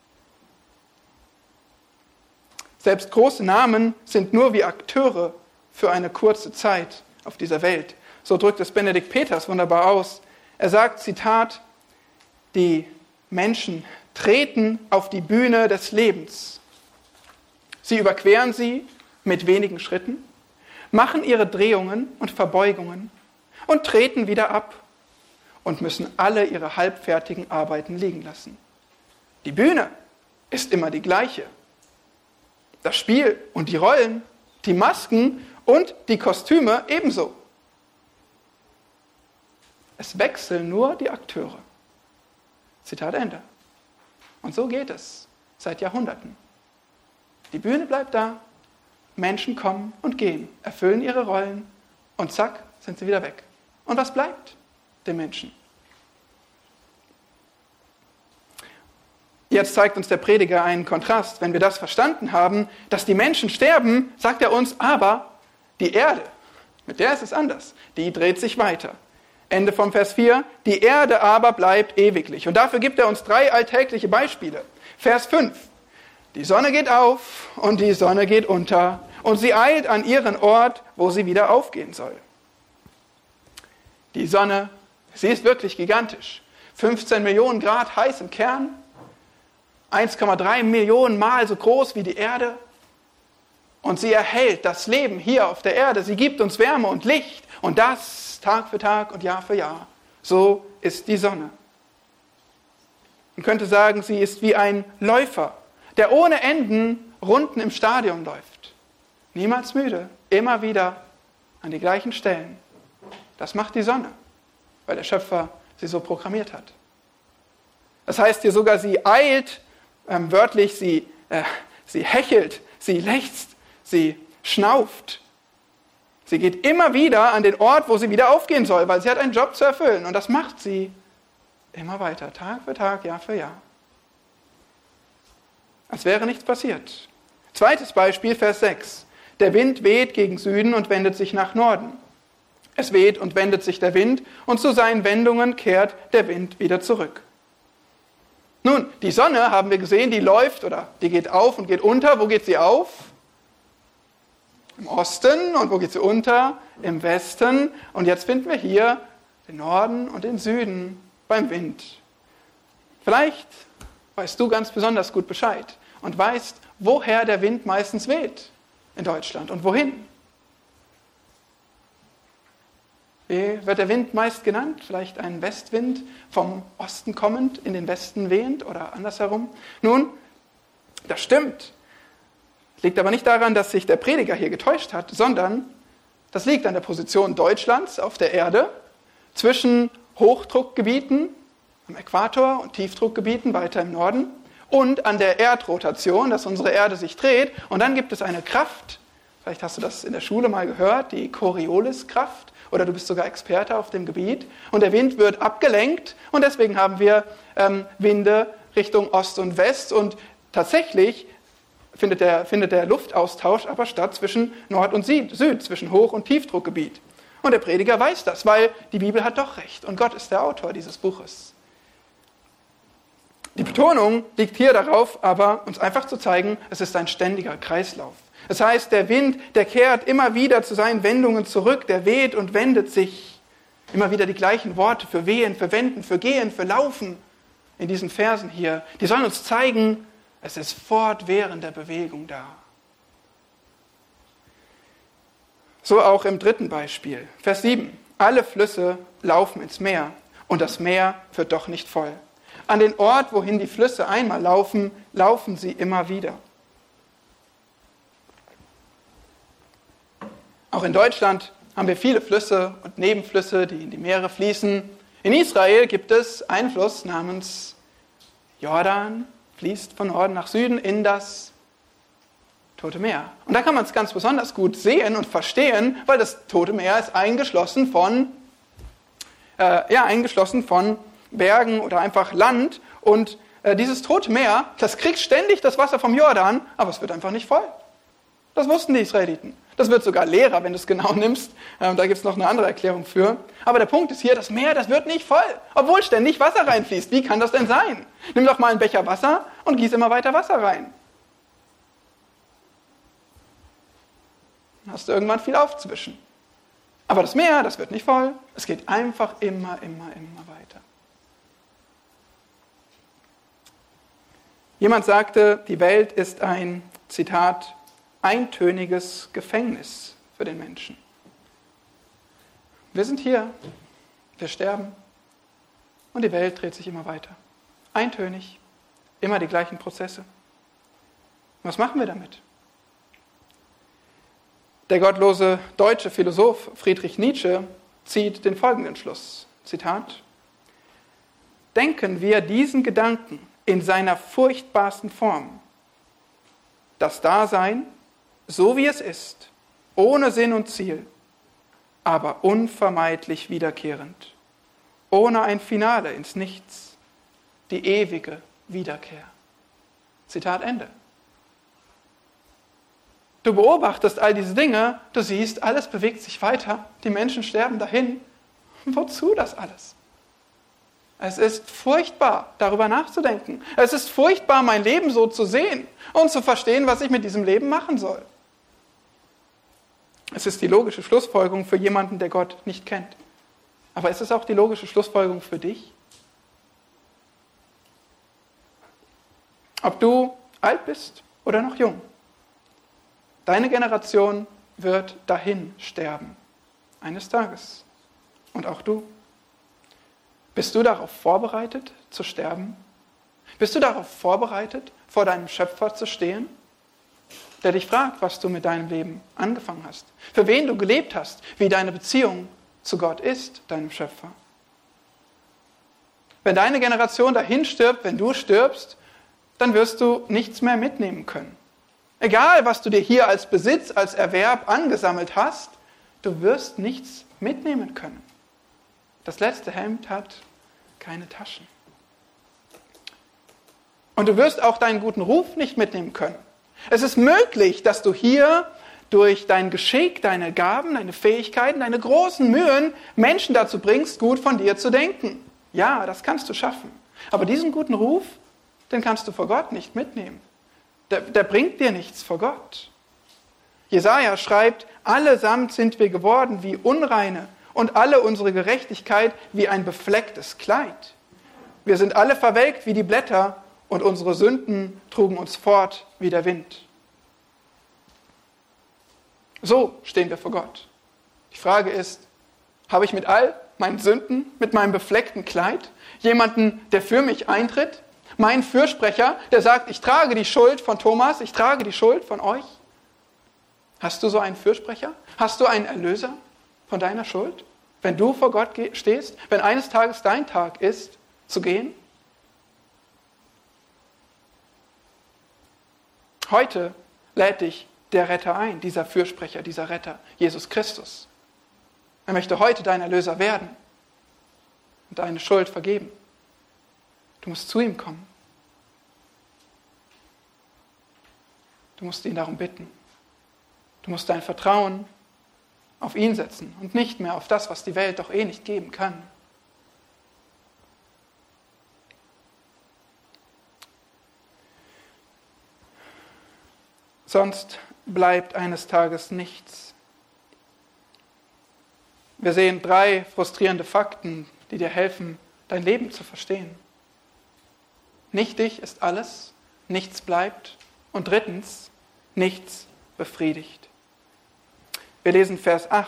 Selbst große Namen sind nur wie Akteure für eine kurze Zeit auf dieser Welt. So drückt es Benedikt Peters wunderbar aus. Er sagt, Zitat, die Menschen treten auf die Bühne des Lebens. Sie überqueren sie mit wenigen Schritten, machen ihre Drehungen und Verbeugungen und treten wieder ab und müssen alle ihre halbfertigen Arbeiten liegen lassen. Die Bühne ist immer die gleiche. Das Spiel und die Rollen, die Masken und die Kostüme ebenso. Es wechseln nur die Akteure. Zitat Ende. Und so geht es seit Jahrhunderten. Die Bühne bleibt da, Menschen kommen und gehen, erfüllen ihre Rollen und zack, sind sie wieder weg. Und was bleibt den Menschen? Jetzt zeigt uns der Prediger einen Kontrast. Wenn wir das verstanden haben, dass die Menschen sterben, sagt er uns, aber die Erde, mit der ist es anders, die dreht sich weiter. Ende vom Vers 4, die Erde aber bleibt ewiglich. Und dafür gibt er uns 3 alltägliche Beispiele. Vers 5, die Sonne geht auf und die Sonne geht unter und sie eilt an ihren Ort, wo sie wieder aufgehen soll. Die Sonne, sie ist wirklich gigantisch. 15 Millionen Grad heiß im Kern, 1,3 Millionen Mal so groß wie die Erde. Und sie erhält das Leben hier auf der Erde. Sie gibt uns Wärme und Licht. Und das Tag für Tag und Jahr für Jahr. So ist die Sonne. Man könnte sagen, sie ist wie ein Läufer, der ohne Enden Runden im Stadion läuft. Niemals müde, immer wieder an die gleichen Stellen. Das macht die Sonne, weil der Schöpfer sie so programmiert hat. Das heißt hier sogar, sie eilt, wörtlich, sie hechelt, sie lechzt, sie schnauft. Sie geht immer wieder an den Ort, wo sie wieder aufgehen soll, weil sie hat einen Job zu erfüllen. Und das macht sie immer weiter, Tag für Tag, Jahr für Jahr. Als wäre nichts passiert. Zweites Beispiel, Vers 6. Der Wind weht gegen Süden und wendet sich nach Norden. Es weht und wendet sich der Wind und zu seinen Wendungen kehrt der Wind wieder zurück. Nun, die Sonne, haben wir gesehen, die läuft oder die geht auf und geht unter. Wo geht sie auf? Im Osten. Und wo geht sie unter? Im Westen. Und jetzt finden wir hier den Norden und den Süden beim Wind. Vielleicht weißt du ganz besonders gut Bescheid. und weißt, woher der Wind meistens weht in Deutschland und wohin. Wie wird der Wind meist genannt? Vielleicht ein Westwind, vom Osten kommend, in den Westen wehend oder andersherum? Nun, das stimmt. Liegt aber nicht daran, dass sich der Prediger hier getäuscht hat, sondern das liegt an der Position Deutschlands auf der Erde zwischen Hochdruckgebieten am Äquator und Tiefdruckgebieten weiter im Norden und an der Erdrotation, dass unsere Erde sich dreht. Und dann gibt es eine Kraft, vielleicht hast du das in der Schule mal gehört, die Corioliskraft, oder du bist sogar Experte auf dem Gebiet. Und der Wind wird abgelenkt und deswegen haben wir Winde Richtung Ost und West. Und tatsächlich findet der Luftaustausch aber statt zwischen Nord und Süd, zwischen Hoch- und Tiefdruckgebiet. Und der Prediger weiß das, weil die Bibel hat doch recht und Gott ist der Autor dieses Buches. Die Betonung liegt hier darauf, aber uns einfach zu zeigen, es ist ein ständiger Kreislauf. Das heißt, der Wind, der kehrt immer wieder zu seinen Wendungen zurück, der weht und wendet sich. Immer wieder die gleichen Worte für wehen, für wenden, für gehen, für laufen in diesen Versen hier. Die sollen uns zeigen, es ist fortwährende Bewegung da. So auch im dritten Beispiel, Vers 7. Alle Flüsse laufen ins Meer und das Meer wird doch nicht voll. An den Ort, wohin die Flüsse einmal laufen, laufen sie immer wieder. Auch in Deutschland haben wir viele Flüsse und Nebenflüsse, die in die Meere fließen. In Israel gibt es einen Fluss namens Jordan, fließt von Norden nach Süden in das Tote Meer. Und da kann man es ganz besonders gut sehen und verstehen, weil das Tote Meer ist eingeschlossen von Bergen oder einfach Land. Und dieses Tote Meer, das kriegt ständig das Wasser vom Jordan, aber es wird einfach nicht voll. Das wussten die Israeliten. Das wird sogar leerer, wenn du es genau nimmst. Da gibt es noch eine andere Erklärung für. Aber der Punkt ist hier, das Meer, das wird nicht voll, obwohl ständig Wasser reinfließt. Wie kann das denn sein? Nimm doch mal einen Becher Wasser und gieß immer weiter Wasser rein. Dann hast du irgendwann viel aufzwischen. Aber das Meer, das wird nicht voll. Es geht einfach immer weiter. Jemand sagte, die Welt ist ein, Zitat, eintöniges Gefängnis für den Menschen. Wir sind hier, wir sterben und die Welt dreht sich immer weiter. Eintönig, immer die gleichen Prozesse. Was machen wir damit? Der gottlose deutsche Philosoph Friedrich Nietzsche zieht den folgenden Schluss. Zitat: Denken wir diesen Gedanken in seiner furchtbarsten Form. Das Dasein, so wie es ist, ohne Sinn und Ziel, aber unvermeidlich wiederkehrend, ohne ein Finale ins Nichts, die ewige Wiederkehr. Zitat Ende. Du beobachtest all diese Dinge, du siehst, alles bewegt sich weiter, die Menschen sterben dahin. Wozu das alles? Es ist furchtbar, darüber nachzudenken. Es ist furchtbar, mein Leben so zu sehen und zu verstehen, was ich mit diesem Leben machen soll. Es ist die logische Schlussfolgerung für jemanden, der Gott nicht kennt. Aber ist es auch die logische Schlussfolgerung für dich? Ob du alt bist oder noch jung, deine Generation wird dahin sterben, eines Tages. Und auch du. Bist du darauf vorbereitet, zu sterben? Bist du darauf vorbereitet, vor deinem Schöpfer zu stehen, der dich fragt, was du mit deinem Leben angefangen hast, für wen du gelebt hast, wie deine Beziehung zu Gott ist, deinem Schöpfer? Wenn deine Generation dahin stirbt, wenn du stirbst, dann wirst du nichts mehr mitnehmen können. Egal, was du dir hier als Besitz, als Erwerb angesammelt hast, du wirst nichts mitnehmen können. Das letzte Hemd hat keine Taschen. Und du wirst auch deinen guten Ruf nicht mitnehmen können. Es ist möglich, dass du hier durch dein Geschick, deine Gaben, deine Fähigkeiten, deine großen Mühen Menschen dazu bringst, gut von dir zu denken. Ja, das kannst du schaffen. Aber diesen guten Ruf, den kannst du vor Gott nicht mitnehmen. Der bringt dir nichts vor Gott. Jesaja schreibt, allesamt sind wir geworden wie Unreine und alle unsere Gerechtigkeit wie ein beflecktes Kleid. Wir sind alle verwelkt wie die Blätter und unsere Sünden trugen uns fort wie der Wind. So stehen wir vor Gott. Die Frage ist, habe ich mit all meinen Sünden, mit meinem befleckten Kleid, jemanden, der für mich eintritt? Meinen Fürsprecher, der sagt, ich trage die Schuld von Thomas, ich trage die Schuld von euch? Hast du so einen Fürsprecher? Hast du einen Erlöser von deiner Schuld? Wenn du vor Gott stehst, wenn eines Tages dein Tag ist, zu gehen? Heute lädt dich der Retter ein, dieser Fürsprecher, dieser Retter, Jesus Christus. Er möchte heute dein Erlöser werden und deine Schuld vergeben. Du musst zu ihm kommen. Du musst ihn darum bitten. Du musst dein Vertrauen auf ihn setzen und nicht mehr auf das, was die Welt doch eh nicht geben kann. Sonst bleibt eines Tages nichts. Wir sehen 3 frustrierende Fakten, die dir helfen, dein Leben zu verstehen. Nichtig ist alles, nichts bleibt und 3, nichts befriedigt. Wir lesen Vers 8.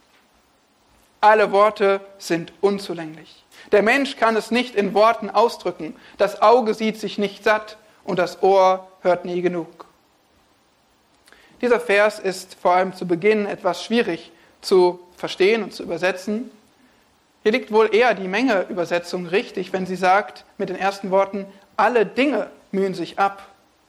Alle Worte sind unzulänglich. Der Mensch kann es nicht in Worten ausdrücken. Das Auge sieht sich nicht satt und das Ohr hört nie genug. Dieser Vers ist vor allem zu Beginn etwas schwierig zu verstehen und zu übersetzen. Hier liegt wohl eher die Menge-Übersetzung richtig, wenn sie sagt mit den ersten Worten, alle Dinge mühen sich ab.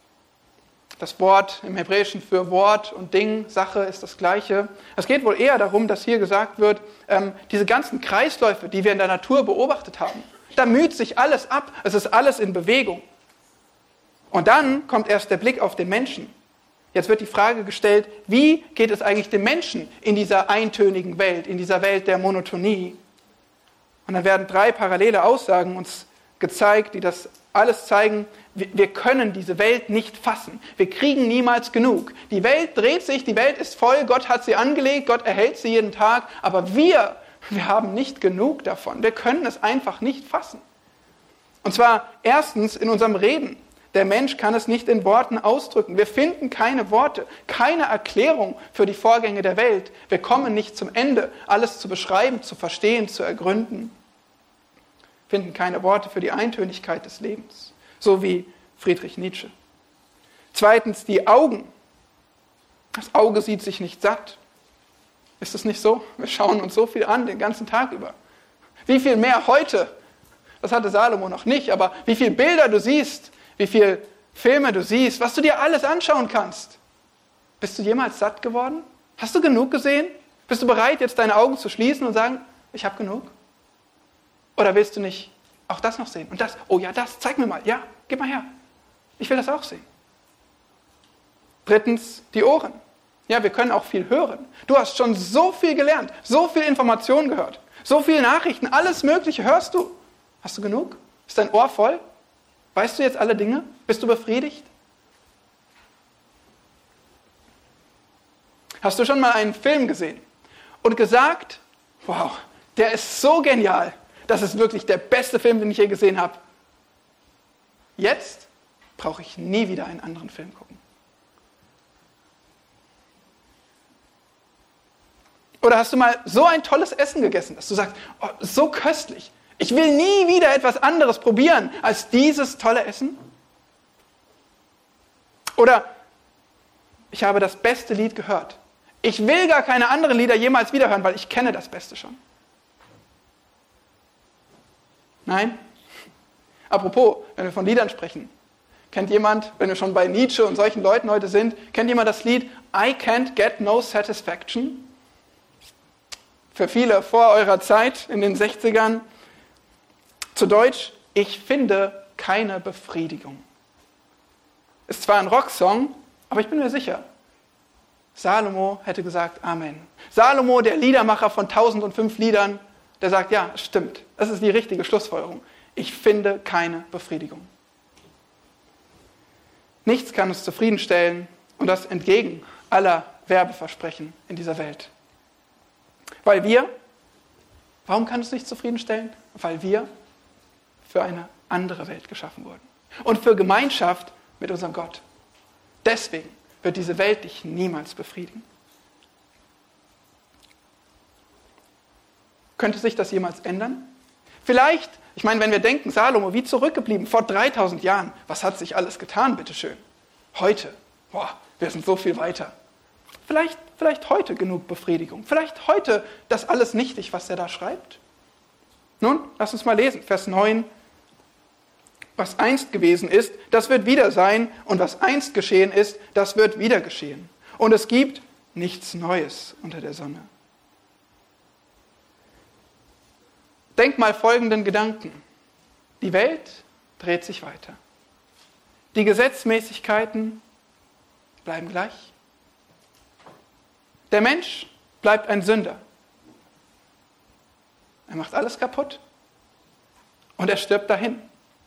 Das Wort im Hebräischen für Wort und Ding, Sache ist das Gleiche. Es geht wohl eher darum, dass hier gesagt wird, diese ganzen Kreisläufe, die wir in der Natur beobachtet haben, da müht sich alles ab, es ist alles in Bewegung. Und dann kommt erst der Blick auf den Menschen. Jetzt wird die Frage gestellt, wie geht es eigentlich dem Menschen in dieser eintönigen Welt, in dieser Welt der Monotonie? Und dann werden 3 parallele Aussagen uns gezeigt, die das alles zeigen, wir können diese Welt nicht fassen. Wir kriegen niemals genug. Die Welt dreht sich, die Welt ist voll, Gott hat sie angelegt, Gott erhält sie jeden Tag, aber wir haben nicht genug davon. Wir können es einfach nicht fassen. Und zwar erstens in unserem Reden. Der Mensch kann es nicht in Worten ausdrücken. Wir finden keine Worte, keine Erklärung für die Vorgänge der Welt. Wir kommen nicht zum Ende, alles zu beschreiben, zu verstehen, zu ergründen. Wir finden keine Worte für die Eintönigkeit des Lebens, so wie Friedrich Nietzsche. Zweitens, die Augen. Das Auge sieht sich nicht satt. Ist es nicht so? Wir schauen uns so viel an, den ganzen Tag über. Wie viel mehr heute? Das hatte Salomo noch nicht, aber wie viele Bilder du siehst, wie viele Filme du siehst, was du dir alles anschauen kannst. Bist du jemals satt geworden? Hast du genug gesehen? Bist du bereit, jetzt deine Augen zu schließen und sagen, ich habe genug? Oder willst du nicht auch das noch sehen? Und das, oh ja, das, zeig mir mal. Ja, gib mal her. Ich will das auch sehen. Drittens, die Ohren. Ja, wir können auch viel hören. Du hast schon so viel gelernt, so viel Informationen gehört, so viele Nachrichten, alles Mögliche hörst du. Hast du genug? Ist dein Ohr voll? Weißt du jetzt alle Dinge? Bist du befriedigt? Hast du schon mal einen Film gesehen und gesagt, wow, der ist so genial, das ist wirklich der beste Film, den ich je gesehen habe. Jetzt brauche ich nie wieder einen anderen Film gucken. Oder hast du mal so ein tolles Essen gegessen, dass du sagst, oh, so köstlich. Ich will nie wieder etwas anderes probieren als dieses tolle Essen? Oder ich habe das beste Lied gehört. Ich will gar keine anderen Lieder jemals wiederhören, weil ich kenne das Beste schon. Nein? Apropos, wenn wir von Liedern sprechen, kennt jemand, wenn wir schon bei Nietzsche und solchen Leuten heute sind, kennt jemand das Lied I Can't Get No Satisfaction? Für viele vor eurer Zeit in den 60ern. Zu Deutsch, ich finde keine Befriedigung. Ist zwar ein Rocksong, aber ich bin mir sicher, Salomo hätte gesagt Amen. Salomo, der Liedermacher von 1005 Liedern, der sagt, ja, stimmt, das ist die richtige Schlussfolgerung. Ich finde keine Befriedigung. Nichts kann uns zufriedenstellen und das entgegen aller Werbeversprechen in dieser Welt. Warum kann uns nicht zufriedenstellen? Weil wir für eine andere Welt geschaffen wurden. und für Gemeinschaft mit unserem Gott. Deswegen wird diese Welt dich niemals befriedigen. Könnte sich das jemals ändern? Vielleicht, ich meine, wenn wir denken, Salomo, wie zurückgeblieben, vor 3000 Jahren, was hat sich alles getan, bitteschön? Heute, wir sind so viel weiter. Vielleicht heute genug Befriedigung. Vielleicht heute das alles nichtig, was er da schreibt. Nun, lass uns mal lesen, Vers 9. Was einst gewesen ist, das wird wieder sein. Und was einst geschehen ist, das wird wieder geschehen. Und es gibt nichts Neues unter der Sonne. Denk mal folgenden Gedanken. Die Welt dreht sich weiter. Die Gesetzmäßigkeiten bleiben gleich. Der Mensch bleibt ein Sünder. Er macht alles kaputt und er stirbt dahin.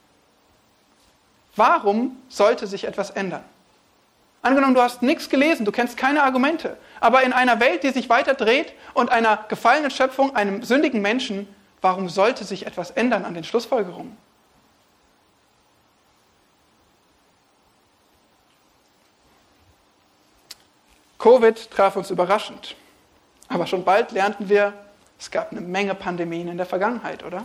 Warum sollte sich etwas ändern? Angenommen, du hast nichts gelesen, du kennst keine Argumente, aber in einer Welt, die sich weiter dreht und einer gefallenen Schöpfung, einem sündigen Menschen, warum sollte sich etwas ändern an den Schlussfolgerungen? Covid traf uns überraschend, aber schon bald lernten wir, es gab eine Menge Pandemien in der Vergangenheit, oder?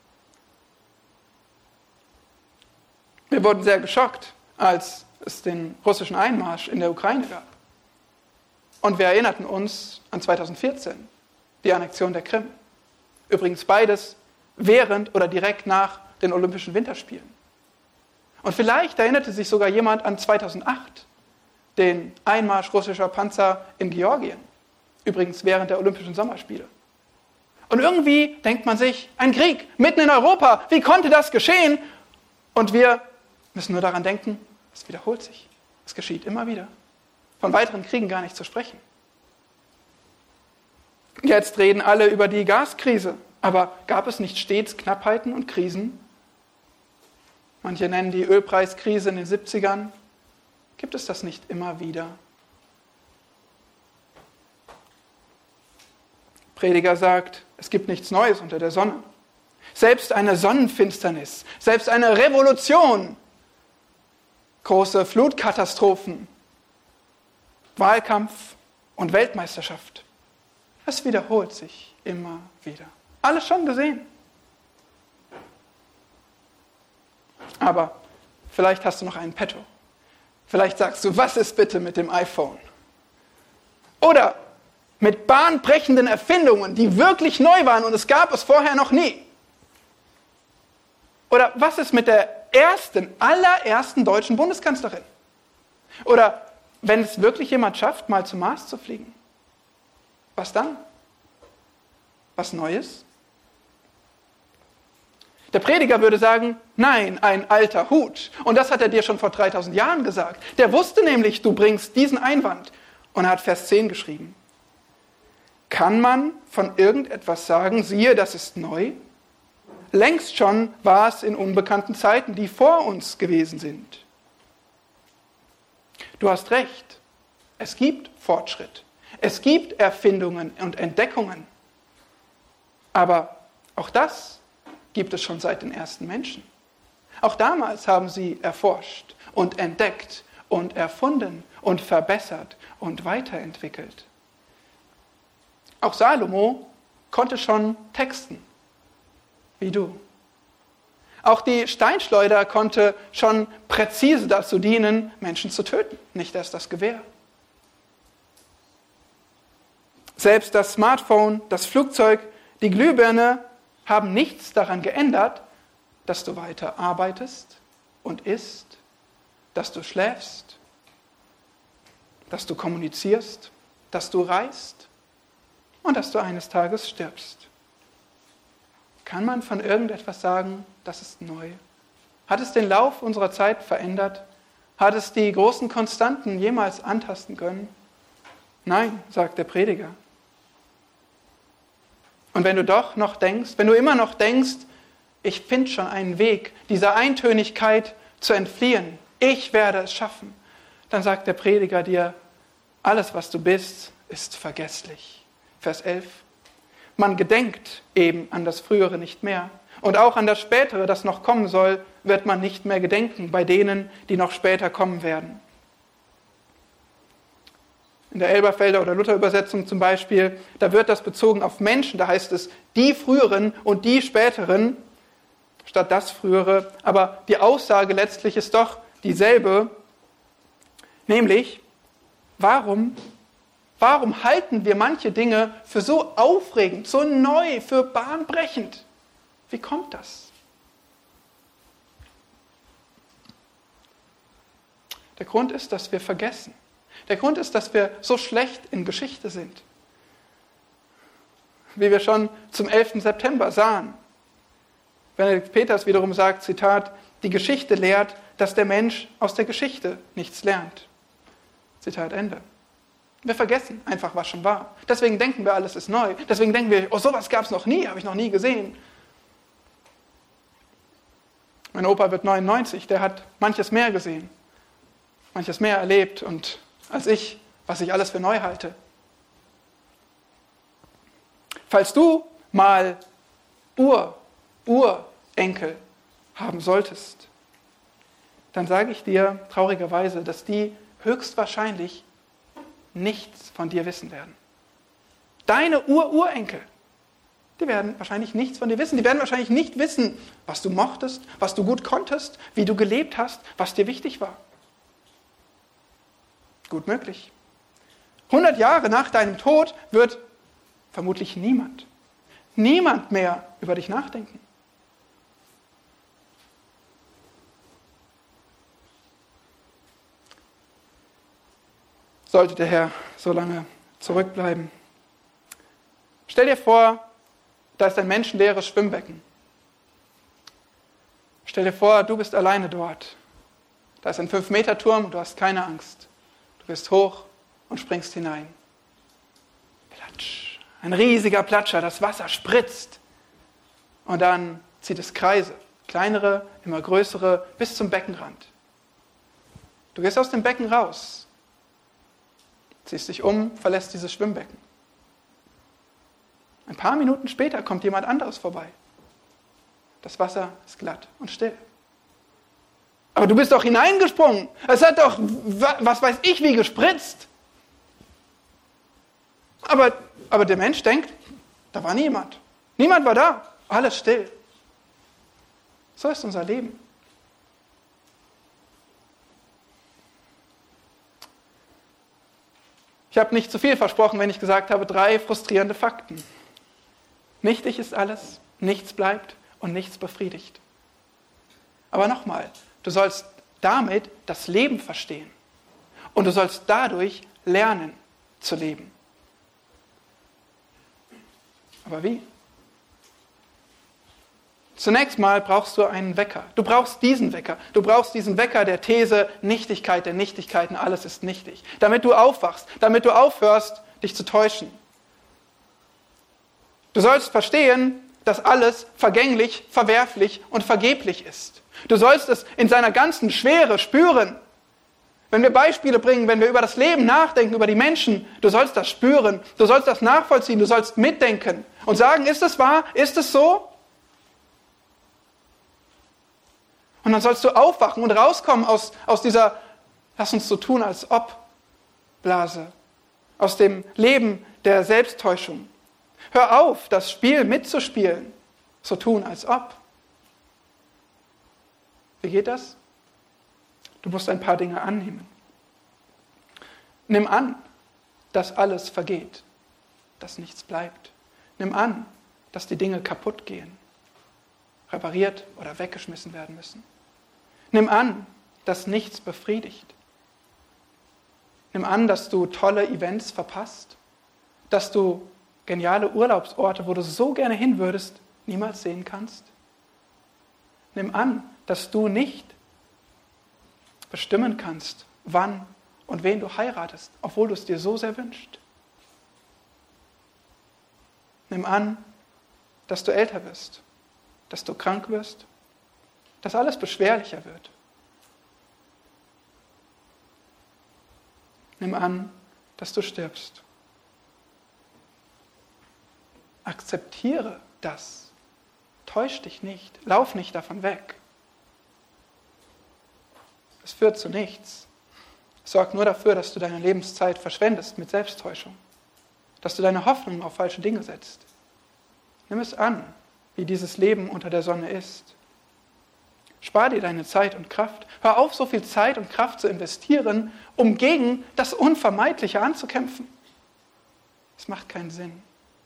Wir wurden sehr geschockt, als es den russischen Einmarsch in der Ukraine gab. Und wir erinnerten uns an 2014, die Annexion der Krim. Übrigens beides während oder direkt nach den Olympischen Winterspielen. Und vielleicht erinnerte sich sogar jemand an 2008, den Einmarsch russischer Panzer in Georgien. Übrigens während der Olympischen Sommerspiele. Und irgendwie denkt man sich, ein Krieg mitten in Europa, wie konnte das geschehen? Und wir müssen nur daran denken, es wiederholt sich. Es geschieht immer wieder. Von weiteren Kriegen gar nicht zu sprechen. Jetzt reden alle über die Gaskrise. Aber gab es nicht stets Knappheiten und Krisen? Manche nennen die Ölpreiskrise in den 70ern. Gibt es das nicht immer wieder? Prediger sagt, es gibt nichts Neues unter der Sonne. Selbst eine Sonnenfinsternis, selbst eine Revolution, große Flutkatastrophen, Wahlkampf und Weltmeisterschaft. Es wiederholt sich immer wieder. Alles schon gesehen. Aber vielleicht hast du noch einen Petto. Vielleicht sagst du, was ist bitte mit dem iPhone? Oder mit bahnbrechenden Erfindungen, die wirklich neu waren und es gab es vorher noch nie. Oder was ist mit der allerersten deutschen Bundeskanzlerin? Oder wenn es wirklich jemand schafft, mal zum Mars zu fliegen. Was dann? Was Neues? Der Prediger würde sagen, nein, ein alter Hut. Und das hat er dir schon vor 3000 Jahren gesagt. Der wusste nämlich, du bringst diesen Einwand. Und er hat Vers 10 geschrieben. Kann man von irgendetwas sagen, siehe, das ist neu? Längst schon war es in unbekannten Zeiten, die vor uns gewesen sind. Du hast recht. Es gibt Fortschritt. Es gibt Erfindungen und Entdeckungen. Aber auch das gibt es schon seit den ersten Menschen. Auch damals haben sie erforscht und entdeckt und erfunden und verbessert und weiterentwickelt. Auch Salomo konnte schon texten, wie du. Auch die Steinschleuder konnte schon präzise dazu dienen, Menschen zu töten, nicht erst das Gewehr. Selbst das Smartphone, das Flugzeug, die Glühbirne haben nichts daran geändert, dass du weiter arbeitest und isst, dass du schläfst, dass du kommunizierst, dass du reist und dass du eines Tages stirbst. Kann man von irgendetwas sagen, das ist neu? Hat es den Lauf unserer Zeit verändert? Hat es die großen Konstanten jemals antasten können? Nein, sagt der Prediger. Und wenn du doch noch denkst, wenn du immer noch denkst, ich finde schon einen Weg, dieser Eintönigkeit zu entfliehen, ich werde es schaffen, dann sagt der Prediger dir, alles, was du bist, ist vergesslich. Vers 11. Man gedenkt eben an das Frühere nicht mehr Und auch an das Spätere, das noch kommen soll, wird man nicht mehr gedenken, bei denen, die noch später kommen werden. In der Elberfelder oder Luther-Übersetzung zum Beispiel, da wird das bezogen auf Menschen, da heißt es die Früheren und die Späteren, statt das Frühere. Aber die Aussage letztlich ist doch dieselbe, nämlich, warum halten wir manche Dinge für so aufregend, so neu, für bahnbrechend? Wie kommt das? Der Grund ist, dass wir vergessen. Der Grund ist, dass wir so schlecht in Geschichte sind. Wie wir schon zum 11. September sahen. Benedikt Peters wiederum sagt, Zitat, die Geschichte lehrt, dass der Mensch aus der Geschichte nichts lernt. Zitat Ende. Wir vergessen einfach, was schon war. Deswegen denken wir, alles ist neu. Deswegen denken wir, oh, sowas gab es noch nie, habe ich noch nie gesehen. Mein Opa wird 99, der hat manches mehr gesehen, manches mehr erlebt und als ich, was ich alles für neu halte. Falls du mal Urenkel haben solltest, dann sage ich dir traurigerweise, dass die höchstwahrscheinlich nichts von dir wissen werden. Deine Urenkel, die werden wahrscheinlich nichts von dir wissen. Die werden wahrscheinlich nicht wissen, was du mochtest, was du gut konntest, wie du gelebt hast, was dir wichtig war. Gut möglich. 100 Jahre nach deinem Tod wird vermutlich niemand mehr über dich nachdenken. Sollte der Herr so lange zurückbleiben. Stell dir vor, da ist ein menschenleeres Schwimmbecken. Stell dir vor, du bist alleine dort. Da ist ein 5-Meter-Turm und du hast keine Angst. Du gehst hoch und springst hinein. Platsch. Ein riesiger Platscher, das Wasser spritzt. Und dann zieht es Kreise. Kleinere, immer größere, bis zum Beckenrand. Du gehst aus dem Becken raus. Ziehst dich um, verlässt dieses Schwimmbecken. Ein paar Minuten später kommt jemand anderes vorbei. Das Wasser ist glatt und still. Aber du bist doch hineingesprungen. Es hat doch, was weiß ich, wie gespritzt. Aber der Mensch denkt, da war niemand. Niemand war da. Alles still. So ist unser Leben. Ich habe nicht zu viel versprochen, wenn ich gesagt habe, 3 frustrierende Fakten. Nichtig ist alles, nichts bleibt und nichts befriedigt. Aber nochmal, du sollst damit das Leben verstehen. Und du sollst dadurch lernen zu leben. Aber wie? Zunächst mal brauchst du einen Wecker. Du brauchst diesen Wecker. Du brauchst diesen Wecker der These Nichtigkeit der Nichtigkeiten, alles ist nichtig. Damit du aufwachst, damit du aufhörst, dich zu täuschen. Du sollst verstehen, dass alles vergänglich, verwerflich und vergeblich ist. Du sollst es in seiner ganzen Schwere spüren. Wenn wir Beispiele bringen, wenn wir über das Leben nachdenken, über die Menschen, du sollst das spüren, du sollst das nachvollziehen, du sollst mitdenken und sagen, ist es wahr, ist es so? Und dann sollst du aufwachen und rauskommen aus dieser, lass uns so tun, als ob Blase, aus dem Leben der Selbsttäuschung. Hör auf, das Spiel mitzuspielen, so tun, als ob. Wie geht das? Du musst ein paar Dinge annehmen. Nimm an, dass alles vergeht, dass nichts bleibt. Nimm an, dass die Dinge kaputt gehen, repariert oder weggeschmissen werden müssen. Nimm an, dass nichts befriedigt. Nimm an, dass du tolle Events verpasst, dass du geniale Urlaubsorte, wo du so gerne hin würdest, niemals sehen kannst. Nimm an, dass du nicht bestimmen kannst, wann und wen du heiratest, obwohl du es dir so sehr wünschst. Nimm an, dass du älter wirst, dass du krank wirst, dass alles beschwerlicher wird. Nimm an, dass du stirbst. Akzeptiere das. Täusch dich nicht, lauf nicht davon weg. Es führt zu nichts. Es sorgt nur dafür, dass du deine Lebenszeit verschwendest mit Selbsttäuschung. Dass du deine Hoffnung auf falsche Dinge setzt. Nimm es an, wie dieses Leben unter der Sonne ist. Spar dir deine Zeit und Kraft. Hör auf, so viel Zeit und Kraft zu investieren, um gegen das Unvermeidliche anzukämpfen. Es macht keinen Sinn.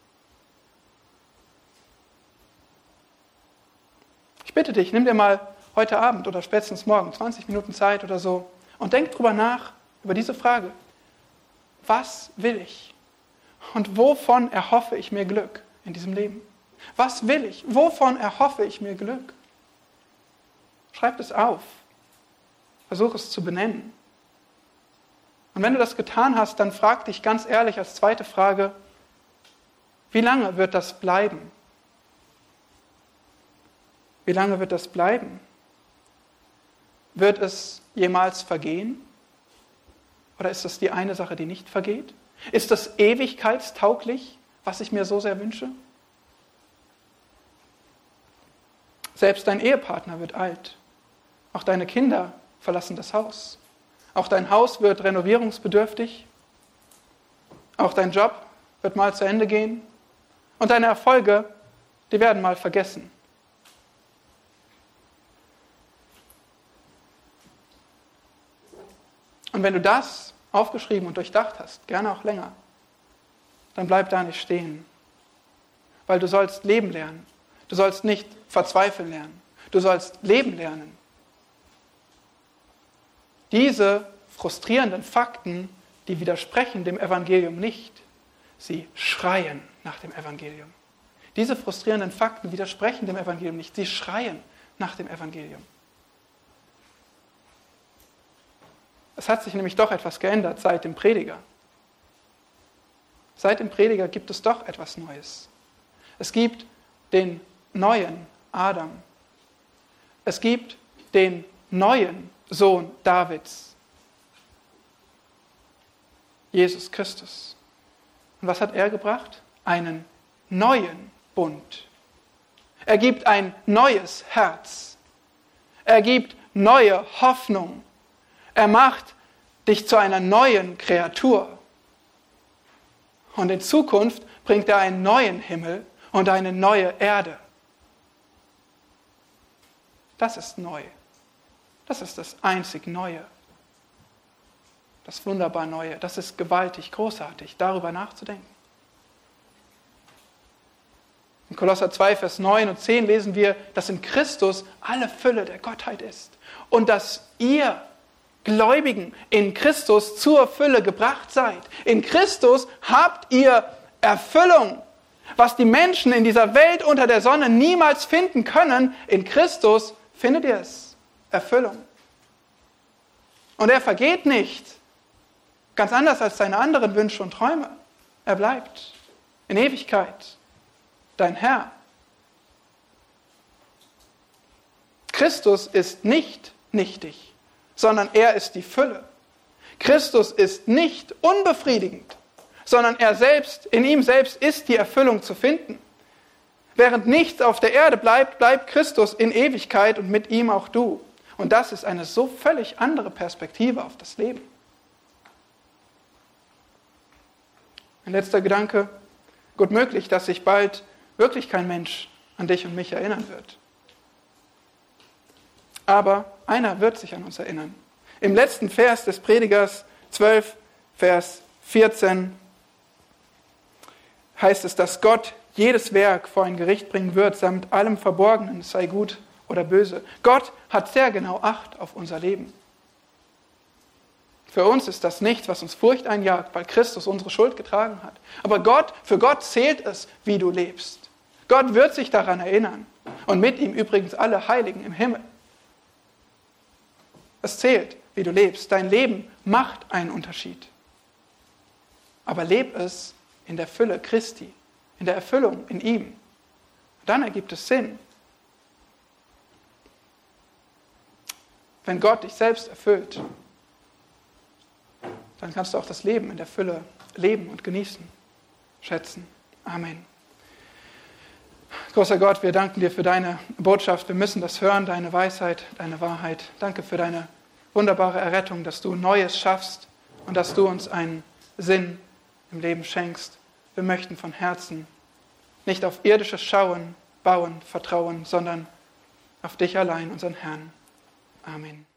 Ich bitte dich, nimm dir mal heute Abend oder spätestens morgen 20 Minuten Zeit oder so und denk drüber nach, über diese Frage. Was will ich? Und wovon erhoffe ich mir Glück in diesem Leben? Was will ich? Wovon erhoffe ich mir Glück? Schreib es auf. Versuch es zu benennen. Und wenn du das getan hast, dann frag dich ganz ehrlich als zweite Frage, wie lange wird das bleiben? Wie lange wird das bleiben? Wird es jemals vergehen? Oder ist das die eine Sache, die nicht vergeht? Ist das ewigkeitstauglich, was ich mir so sehr wünsche? Selbst dein Ehepartner wird alt. Auch deine Kinder verlassen das Haus. Auch dein Haus wird renovierungsbedürftig. Auch dein Job wird mal zu Ende gehen. Und deine Erfolge, die werden mal vergessen. Und wenn du das aufgeschrieben und durchdacht hast, gerne auch länger, dann bleib da nicht stehen. Weil du sollst leben lernen. Du sollst nicht verzweifeln lernen. Du sollst leben lernen. Diese frustrierenden Fakten, die widersprechen dem Evangelium nicht. Sie schreien nach dem Evangelium. Diese frustrierenden Fakten widersprechen dem Evangelium nicht. Sie schreien nach dem Evangelium. Es hat sich nämlich doch etwas geändert seit dem Prediger. Seit dem Prediger gibt es doch etwas Neues. Es gibt den neuen Adam. Es gibt den neuen Sohn Davids. Jesus Christus. Und was hat er gebracht? Einen neuen Bund. Er gibt ein neues Herz. Er gibt neue Hoffnung. Er macht dich zu einer neuen Kreatur. Und in Zukunft bringt er einen neuen Himmel und eine neue Erde. Das ist neu. Das ist das einzig Neue. Das wunderbar Neue. Das ist gewaltig, großartig, darüber nachzudenken. In Kolosser 2, Vers 9 und 10 lesen wir, dass in Christus alle Fülle der Gottheit ist. Und dass ihr Gläubigen in Christus zur Fülle gebracht seid. In Christus habt ihr Erfüllung. Was die Menschen in dieser Welt unter der Sonne niemals finden können, in Christus findet ihr es. Erfüllung. Und er vergeht nicht. Ganz anders als seine anderen Wünsche und Träume. Er bleibt in Ewigkeit dein Herr. Christus ist nicht nichtig, sondern er ist die Fülle. Christus ist nicht unbefriedigend, sondern er selbst, in ihm selbst ist die Erfüllung zu finden. Während nichts auf der Erde bleibt, bleibt Christus in Ewigkeit und mit ihm auch du. Und das ist eine so völlig andere Perspektive auf das Leben. Ein letzter Gedanke. Gut möglich, dass sich bald wirklich kein Mensch an dich und mich erinnern wird. Aber einer wird sich an uns erinnern. Im letzten Vers des Predigers 12, Vers 14 heißt es, dass Gott jedes Werk vor ein Gericht bringen wird, samt allem Verborgenen, es sei gut oder böse. Gott hat sehr genau Acht auf unser Leben. Für uns ist das nichts, was uns Furcht einjagt, weil Christus unsere Schuld getragen hat. Aber für Gott zählt es, wie du lebst. Gott wird sich daran erinnern. Und mit ihm übrigens alle Heiligen im Himmel. Es zählt, wie du lebst. Dein Leben macht einen Unterschied. Aber leb es in der Fülle Christi, in der Erfüllung in ihm. Dann ergibt es Sinn. Wenn Gott dich selbst erfüllt, dann kannst du auch das Leben in der Fülle leben und genießen, schätzen. Amen. Großer Gott, wir danken dir für deine Botschaft. Wir müssen das hören, deine Weisheit, deine Wahrheit. Danke für deine wunderbare Errettung, dass du Neues schaffst und dass du uns einen Sinn im Leben schenkst. Wir möchten von Herzen nicht auf irdisches Schauen, Bauen, Vertrauen, sondern auf dich allein, unseren Herrn. Amen.